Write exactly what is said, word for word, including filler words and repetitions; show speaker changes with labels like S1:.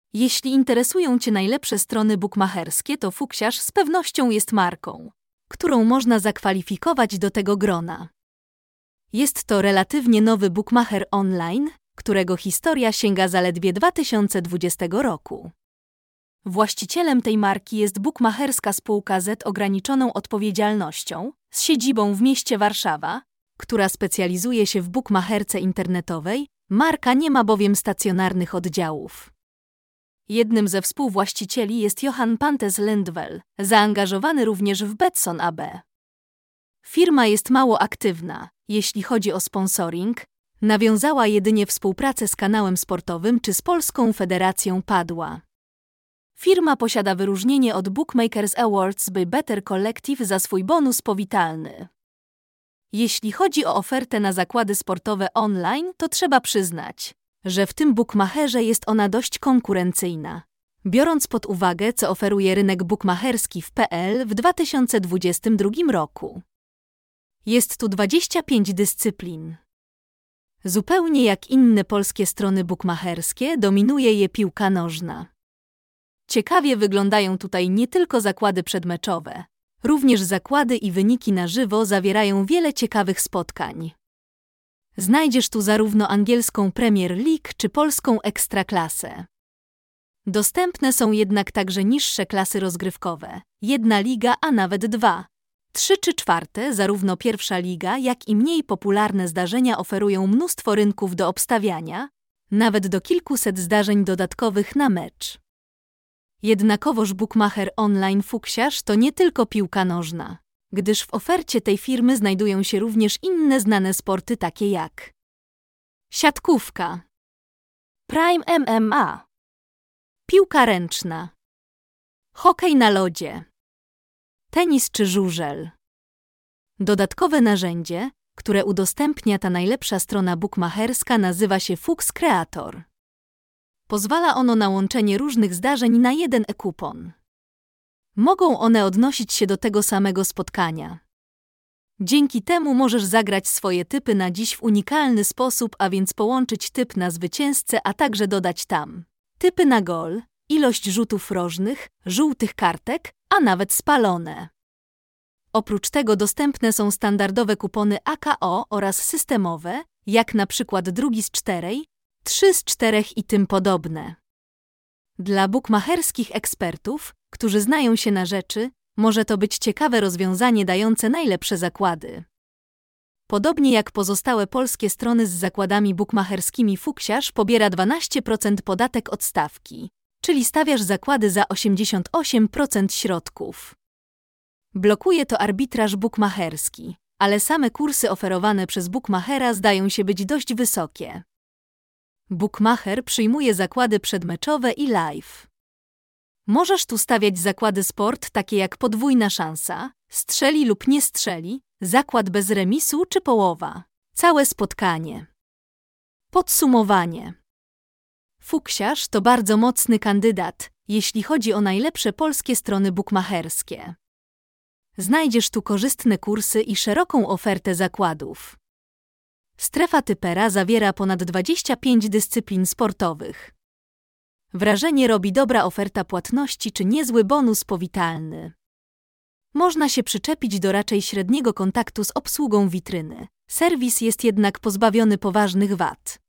S1: Jeśli interesują Cię najlepsze strony bukmacherskie, to Fuksiarz z pewnością jest marką, którą można zakwalifikować do tego grona. Jest to relatywnie nowy bukmacher online, którego historia sięga zaledwie dwa tysiące dwudziestego roku. Właścicielem tej marki jest bukmacherska spółka z ograniczoną odpowiedzialnością z siedzibą w mieście Warszawa, która specjalizuje się w bukmacherce internetowej. Marka nie ma bowiem stacjonarnych oddziałów. Jednym ze współwłaścicieli jest Johan Pantes Lindwell, zaangażowany również w Betsson A B. Firma jest mało aktywna, jeśli chodzi o sponsoring, nawiązała jedynie współpracę z kanałem sportowym czy z Polską Federacją Padła. Firma posiada wyróżnienie od Bookmakers Awards by Better Collective za swój bonus powitalny. Jeśli chodzi o ofertę na zakłady sportowe online, to trzeba przyznać, że w tym bukmacherze jest ona dość konkurencyjna, biorąc pod uwagę, co oferuje rynek bukmacherski w P L w dwa tysiące dwudziestym drugim roku. Jest tu dwadzieścia pięć dyscyplin. Zupełnie jak inne polskie strony bukmacherskie, dominuje je piłka nożna. Ciekawie wyglądają tutaj nie tylko zakłady przedmeczowe, również zakłady i wyniki na żywo zawierają wiele ciekawych spotkań. Znajdziesz tu zarówno angielską Premier League czy polską Ekstraklasę. Dostępne są jednak także niższe klasy rozgrywkowe, jedna liga, a nawet dwa, trzy czy czwarte, zarówno pierwsza liga, jak i mniej popularne zdarzenia oferują mnóstwo rynków do obstawiania, nawet do kilkuset zdarzeń dodatkowych na mecz. Jednakowoż bukmacher online Fuksiarz to nie tylko piłka nożna, gdyż w ofercie tej firmy znajdują się również inne znane sporty takie jak siatkówka, Prime M M A, piłka ręczna, hokej na lodzie, tenis czy żużel. Dodatkowe narzędzie, które udostępnia ta najlepsza strona bukmacherska, nazywa się Fux Creator. Pozwala ono na łączenie różnych zdarzeń na jeden e-kupon. Mogą one odnosić się do tego samego spotkania. Dzięki temu możesz zagrać swoje typy na dziś w unikalny sposób, a więc połączyć typ na zwycięzcę, a także dodać tam typy na gol, ilość rzutów rożnych, żółtych kartek, a nawet spalone. Oprócz tego dostępne są standardowe kupony A K O oraz systemowe, jak na przykład drugi z czterej, trzy z czterech i tym podobne. Dla bukmacherskich ekspertów, którzy znają się na rzeczy, może to być ciekawe rozwiązanie dające najlepsze zakłady. Podobnie jak pozostałe polskie strony z zakładami bukmacherskimi, Fuksiarz pobiera dwanaście procent podatek od stawki, czyli stawiasz zakłady za osiemdziesiąt osiem procent środków. Blokuje to arbitraż bukmacherski, ale same kursy oferowane przez bukmachera zdają się być dość wysokie. Bukmacher przyjmuje zakłady przedmeczowe i live. Możesz tu stawiać zakłady sport takie jak podwójna szansa, strzeli lub nie strzeli, zakład bez remisu czy połowa, całe spotkanie. Podsumowanie. Fuksiarz to bardzo mocny kandydat, jeśli chodzi o najlepsze polskie strony bukmacherskie. Znajdziesz tu korzystne kursy i szeroką ofertę zakładów. Strefa typera zawiera ponad dwadzieścia pięć dyscyplin sportowych. Wrażenie robi dobra oferta płatności czy niezły bonus powitalny. Można się przyczepić do raczej średniego kontaktu z obsługą witryny. Serwis jest jednak pozbawiony poważnych wad.